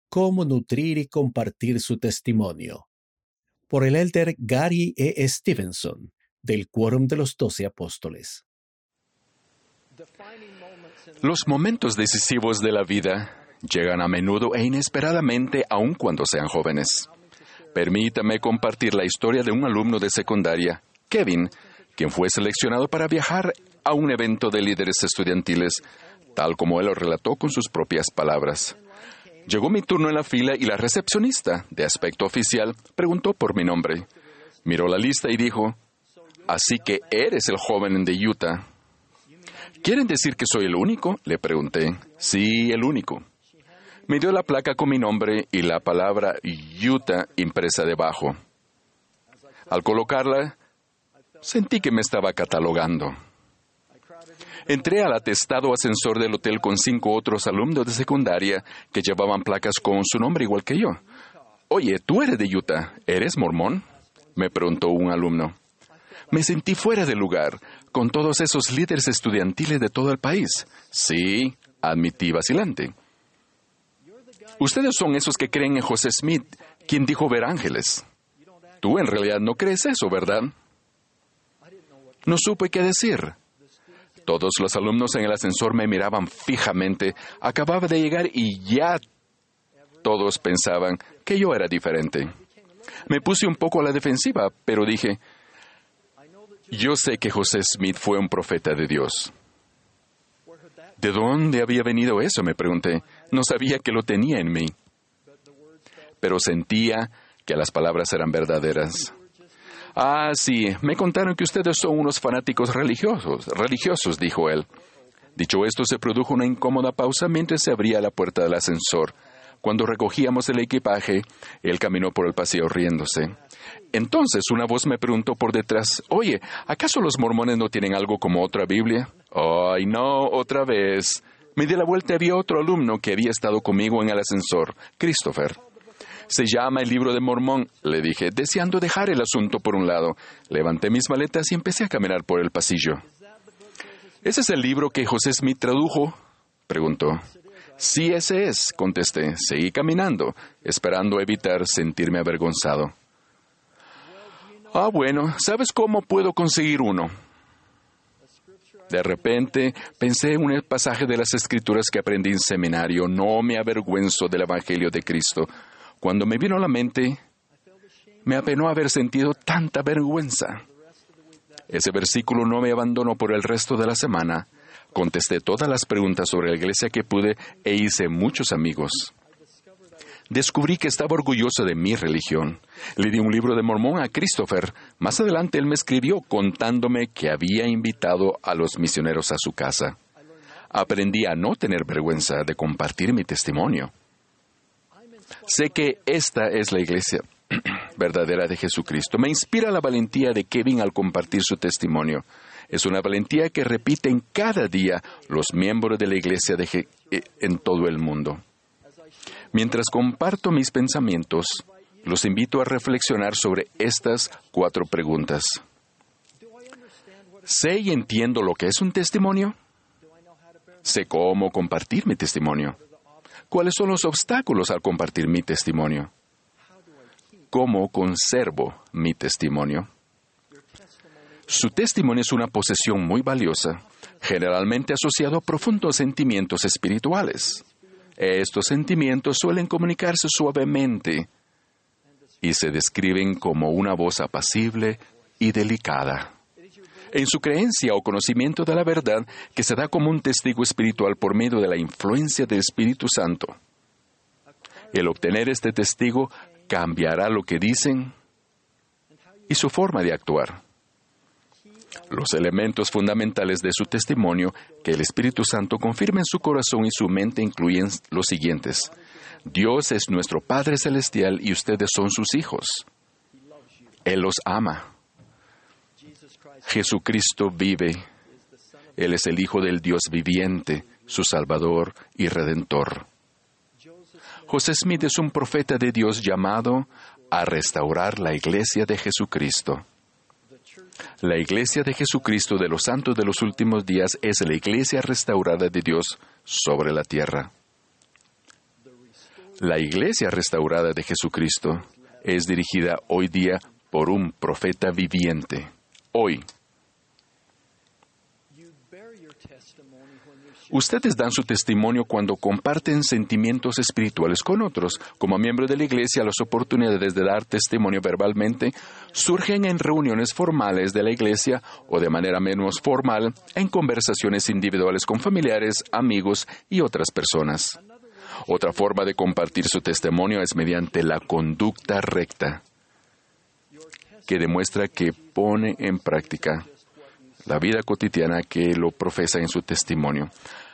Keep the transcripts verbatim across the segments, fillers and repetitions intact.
Cómo nutrir y compartir su testimonio, por el elder Gary E. Stevenson, del Quórum de los Doce Apóstoles. Los momentos decisivos de la vida llegan a menudo e inesperadamente, aun cuando sean jóvenes. Permítame compartir la historia de un alumno de secundaria, Kevin, quien fue seleccionado para viajar a un evento de líderes estudiantiles, tal como él lo relató con sus propias palabras. Llegó mi turno en la fila y la recepcionista, de aspecto oficial, preguntó por mi nombre. Miró la lista y dijo, «Así que eres el joven de Utah». «¿Quieren decir que soy el único?», le pregunté. «Sí, el único». Me dio la placa con mi nombre y la palabra Utah impresa debajo. Al colocarla, sentí que me estaba catalogando. Entré al atestado ascensor del hotel con cinco otros alumnos de secundaria que llevaban placas con su nombre igual que yo. «Oye, tú eres de Utah, ¿eres mormón?», me preguntó un alumno. Me sentí fuera de lugar, con todos esos líderes estudiantiles de todo el país. «Sí», admití vacilante. «Ustedes son esos que creen en José Smith, quien dijo ver ángeles. Tú en realidad no crees eso, ¿verdad?». No supe qué decir. Todos los alumnos en el ascensor me miraban fijamente. Acababa de llegar y ya todos pensaban que yo era diferente. Me puse un poco a la defensiva, pero dije, «Yo sé que José Smith fue un profeta de Dios». «¿De dónde había venido eso?», me pregunté. No sabía que lo tenía en mí. Pero sentía que las palabras eran verdaderas. «Ah, sí, me contaron que ustedes son unos fanáticos religiosos, religiosos», dijo él. Dicho esto, se produjo una incómoda pausa mientras se abría la puerta del ascensor. Cuando recogíamos el equipaje, él caminó por el pasillo riéndose. Entonces una voz me preguntó por detrás, «Oye, ¿acaso los mormones no tienen algo como otra Biblia?». «Ay, no, otra vez». Me di la vuelta y vi a otro alumno que había estado conmigo en el ascensor, Christopher. «Se llama el Libro de Mormón», le dije, deseando dejar el asunto por un lado. Levanté mis maletas y empecé a caminar por el pasillo. «¿Ese es el libro que José Smith tradujo?», preguntó. «Sí, ese es», contesté. Seguí caminando, esperando evitar sentirme avergonzado. «Ah, bueno, ¿sabes cómo puedo conseguir uno?». De repente, pensé en un pasaje de las Escrituras que aprendí en seminario. «No me avergüenzo del Evangelio de Cristo». Cuando me vino a la mente, me apenó haber sentido tanta vergüenza. Ese versículo no me abandonó por el resto de la semana. Contesté todas las preguntas sobre la iglesia que pude e hice muchos amigos. Descubrí que estaba orgulloso de mi religión. Le di un libro de Mormón a Christopher. Más adelante él me escribió contándome que había invitado a los misioneros a su casa. Aprendí a no tener vergüenza de compartir mi testimonio. Sé que esta es la iglesia verdadera de Jesucristo. Me inspira la valentía de Kevin al compartir su testimonio. Es una valentía que repiten cada día los miembros de la iglesia de Je- en todo el mundo. Mientras comparto mis pensamientos, los invito a reflexionar sobre estas cuatro preguntas. ¿Sé y entiendo lo que es un testimonio? ¿Sé cómo compartir mi testimonio? ¿Cuáles son los obstáculos al compartir mi testimonio? ¿Cómo conservo mi testimonio? Su testimonio es una posesión muy valiosa, generalmente asociado a profundos sentimientos espirituales. Estos sentimientos suelen comunicarse suavemente y se describen como una voz apacible y delicada. En su creencia o conocimiento de la verdad, que se da como un testigo espiritual por medio de la influencia del Espíritu Santo. El obtener este testigo cambiará lo que dicen y su forma de actuar. Los elementos fundamentales de su testimonio que el Espíritu Santo confirma en su corazón y su mente incluyen los siguientes. Dios es nuestro Padre Celestial y ustedes son sus hijos. Él los ama. Jesucristo vive. Él es el Hijo del Dios viviente, su Salvador y Redentor. José Smith es un profeta de Dios llamado a restaurar la iglesia de Jesucristo. La iglesia de Jesucristo de los santos de los últimos días es la iglesia restaurada de Dios sobre la tierra. La iglesia restaurada de Jesucristo es dirigida hoy día por un profeta viviente. Hoy. Ustedes dan su testimonio cuando comparten sentimientos espirituales con otros. Como miembro de la iglesia, las oportunidades de dar testimonio verbalmente surgen en reuniones formales de la iglesia o de manera menos formal en conversaciones individuales con familiares, amigos y otras personas. Otra forma de compartir su testimonio es mediante la conducta recta, que demuestra que pone en práctica la vida cotidiana que lo profesa en su testimonio.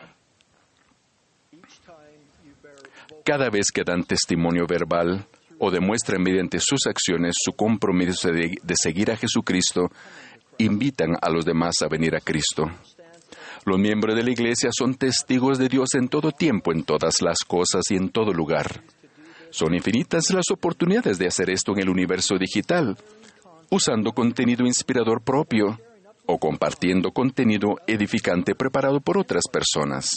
Cada vez que dan testimonio verbal o demuestran mediante sus acciones su compromiso de, de seguir a Jesucristo, invitan a los demás a venir a Cristo. Los miembros de la iglesia son testigos de Dios en todo tiempo, en todas las cosas y en todo lugar. Son infinitas las oportunidades de hacer esto en el universo digital, usando contenido inspirador propio o compartiendo contenido edificante preparado por otras personas.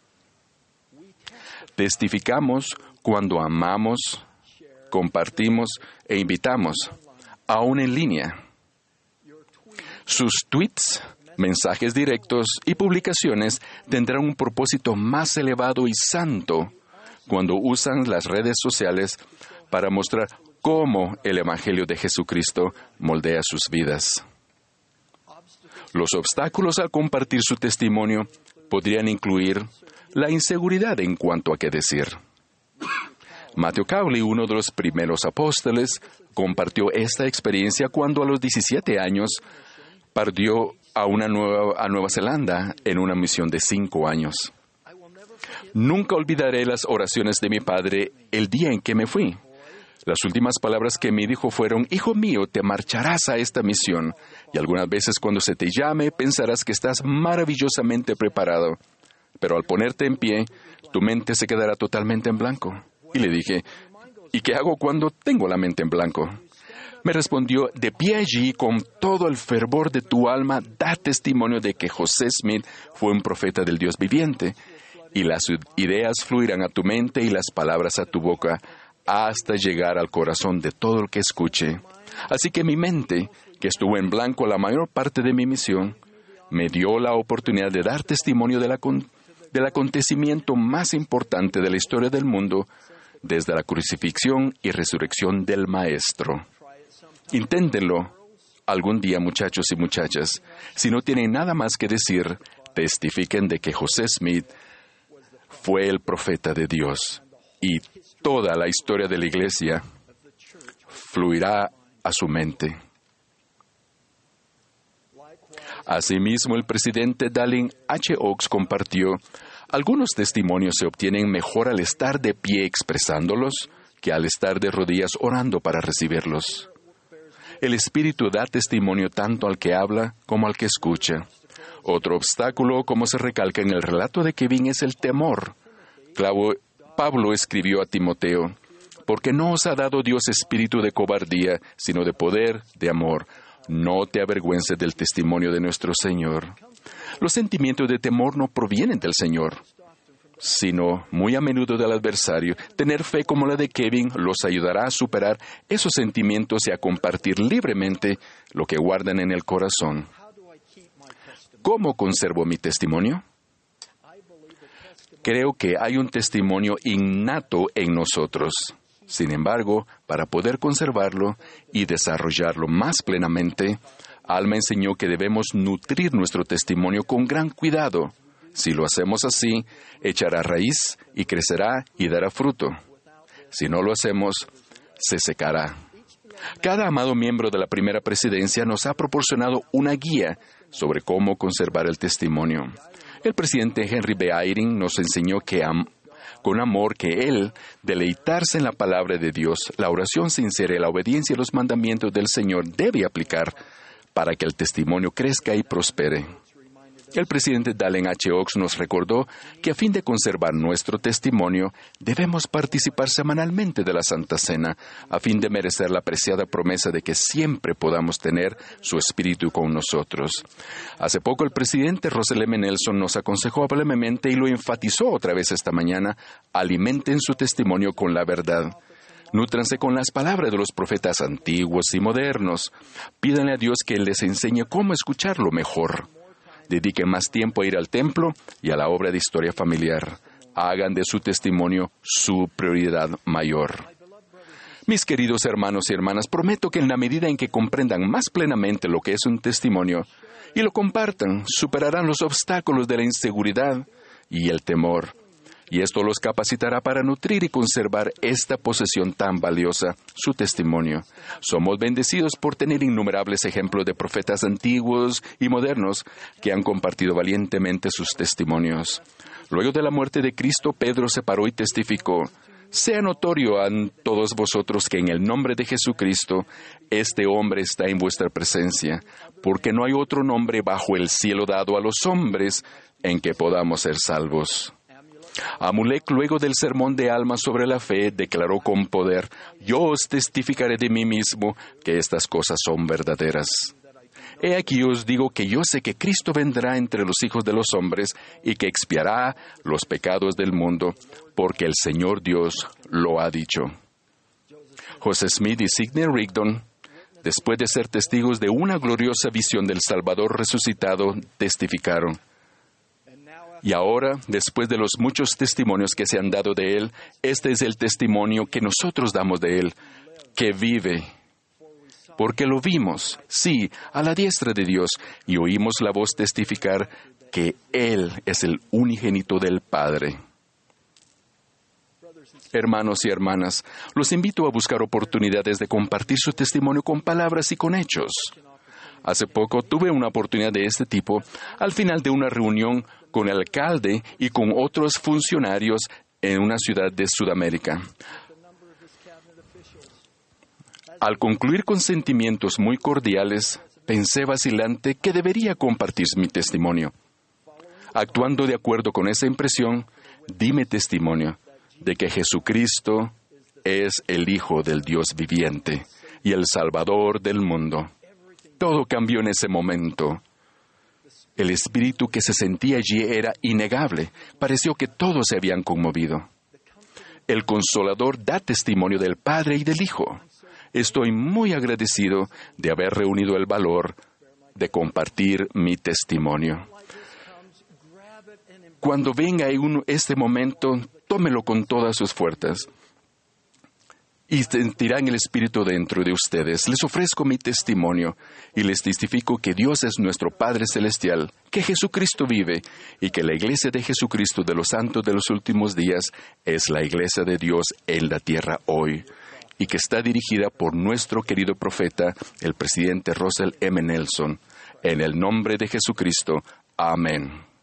Testificamos cuando amamos, compartimos e invitamos, aún en línea. Sus tweets, mensajes directos y publicaciones tendrán un propósito más elevado y santo cuando usan las redes sociales para mostrar cómo el Evangelio de Jesucristo moldea sus vidas. Los obstáculos al compartir su testimonio podrían incluir la inseguridad en cuanto a qué decir. Matthew Cowley, uno de los primeros apóstoles, compartió esta experiencia cuando a los diecisiete años partió a, una nueva, a Nueva Zelanda en una misión de cinco años. Nunca olvidaré las oraciones de mi padre el día en que me fui. Las últimas palabras que me dijo fueron: «Hijo mío, te marcharás a esta misión, y algunas veces cuando se te llame pensarás que estás maravillosamente preparado. Pero al ponerte en pie, tu mente se quedará totalmente en blanco». Y le dije: «¿Y qué hago cuando tengo la mente en blanco?». Me respondió: «De pie allí, con todo el fervor de tu alma, da testimonio de que José Smith fue un profeta del Dios viviente, y las ideas fluirán a tu mente y las palabras a tu boca, hasta llegar al corazón de todo el que escuche». Así que mi mente, que estuvo en blanco la mayor parte de mi misión, me dio la oportunidad de dar testimonio de la con- del acontecimiento más importante de la historia del mundo, desde la crucifixión y resurrección del Maestro. Inténtenlo algún día, muchachos y muchachas. Si no tienen nada más que decir, testifiquen de que José Smith fue el profeta de Dios, y toda la historia de la iglesia fluirá a su mente. Asimismo, el presidente Dallin H. Oaks compartió: «Algunos testimonios se obtienen mejor al estar de pie expresándolos que al estar de rodillas orando para recibirlos. El Espíritu da testimonio tanto al que habla como al que escucha. Otro obstáculo, como se recalca en el relato de Kevin, es el temor. Clavo, Pablo escribió a Timoteo: «Porque no os ha dado Dios espíritu de cobardía, sino de poder, de amor. No te avergüences del testimonio de nuestro Señor». Los sentimientos de temor no provienen del Señor, sino muy a menudo del adversario. Tener fe como la de Kevin los ayudará a superar esos sentimientos y a compartir libremente lo que guardan en el corazón. ¿Cómo conservo mi testimonio? Creo que hay un testimonio innato en nosotros. Sin embargo, para poder conservarlo y desarrollarlo más plenamente, Alma enseñó que debemos nutrir nuestro testimonio con gran cuidado. Si lo hacemos así, echará raíz y crecerá y dará fruto. Si no lo hacemos, se secará. Cada amado miembro de la primera presidencia nos ha proporcionado una guía sobre cómo conservar el testimonio. El presidente Henry B. Eyring nos enseñó que am- con amor que él, deleitarse en la palabra de Dios, la oración sincera y la obediencia a los mandamientos del Señor debe aplicar para que el testimonio crezca y prospere. El presidente Dallin H. Oaks nos recordó que a fin de conservar nuestro testimonio, debemos participar semanalmente de la Santa Cena, a fin de merecer la preciada promesa de que siempre podamos tener su Espíritu con nosotros. Hace poco el presidente Russell M. Nelson nos aconsejó amablemente y lo enfatizó otra vez esta mañana: alimenten su testimonio con la verdad. Nútranse con las palabras de los profetas antiguos y modernos. Pídanle a Dios que les enseñe cómo escucharlo mejor. Dediquen más tiempo a ir al templo y a la obra de historia familiar. Hagan de su testimonio su prioridad mayor. Mis queridos hermanos y hermanas, prometo que en la medida en que comprendan más plenamente lo que es un testimonio y lo compartan, superarán los obstáculos de la inseguridad y el temor. Y esto los capacitará para nutrir y conservar esta posesión tan valiosa, su testimonio. Somos bendecidos por tener innumerables ejemplos de profetas antiguos y modernos que han compartido valientemente sus testimonios. Luego de la muerte de Cristo, Pedro se paró y testificó: sea notorio a todos vosotros que en el nombre de Jesucristo, este hombre está en vuestra presencia, porque no hay otro nombre bajo el cielo dado a los hombres en que podamos ser salvos. Amulek, luego del sermón de Alma sobre la fe, declaró con poder: yo os testificaré de mí mismo que estas cosas son verdaderas. He aquí os digo que yo sé que Cristo vendrá entre los hijos de los hombres y que expiará los pecados del mundo, porque el Señor Dios lo ha dicho. José Smith y Sidney Rigdon, después de ser testigos de una gloriosa visión del Salvador resucitado, testificaron: y ahora, después de los muchos testimonios que se han dado de Él, este es el testimonio que nosotros damos de Él, que vive. Porque lo vimos, sí, a la diestra de Dios, y oímos la voz testificar que Él es el unigénito del Padre. Hermanos y hermanas, los invito a buscar oportunidades de compartir su testimonio con palabras y con hechos. Hace poco tuve una oportunidad de este tipo al final de una reunión con el alcalde y con otros funcionarios en una ciudad de Sudamérica. Al concluir con sentimientos muy cordiales, pensé vacilante que debería compartir mi testimonio. Actuando de acuerdo con esa impresión, di mi testimonio de que Jesucristo es el Hijo del Dios viviente y el Salvador del mundo. Todo cambió en ese momento. El espíritu que se sentía allí era innegable. Pareció que todos se habían conmovido. El Consolador da testimonio del Padre y del Hijo. Estoy muy agradecido de haber reunido el valor de compartir mi testimonio. Cuando venga este momento, tómelo con todas sus fuerzas y sentirán el Espíritu dentro de ustedes. Les ofrezco mi testimonio y les testifico que Dios es nuestro Padre Celestial, que Jesucristo vive y que la Iglesia de Jesucristo de los Santos de los Últimos Días es la Iglesia de Dios en la tierra hoy y que está dirigida por nuestro querido profeta, el presidente Russell M. Nelson. En el nombre de Jesucristo. Amén.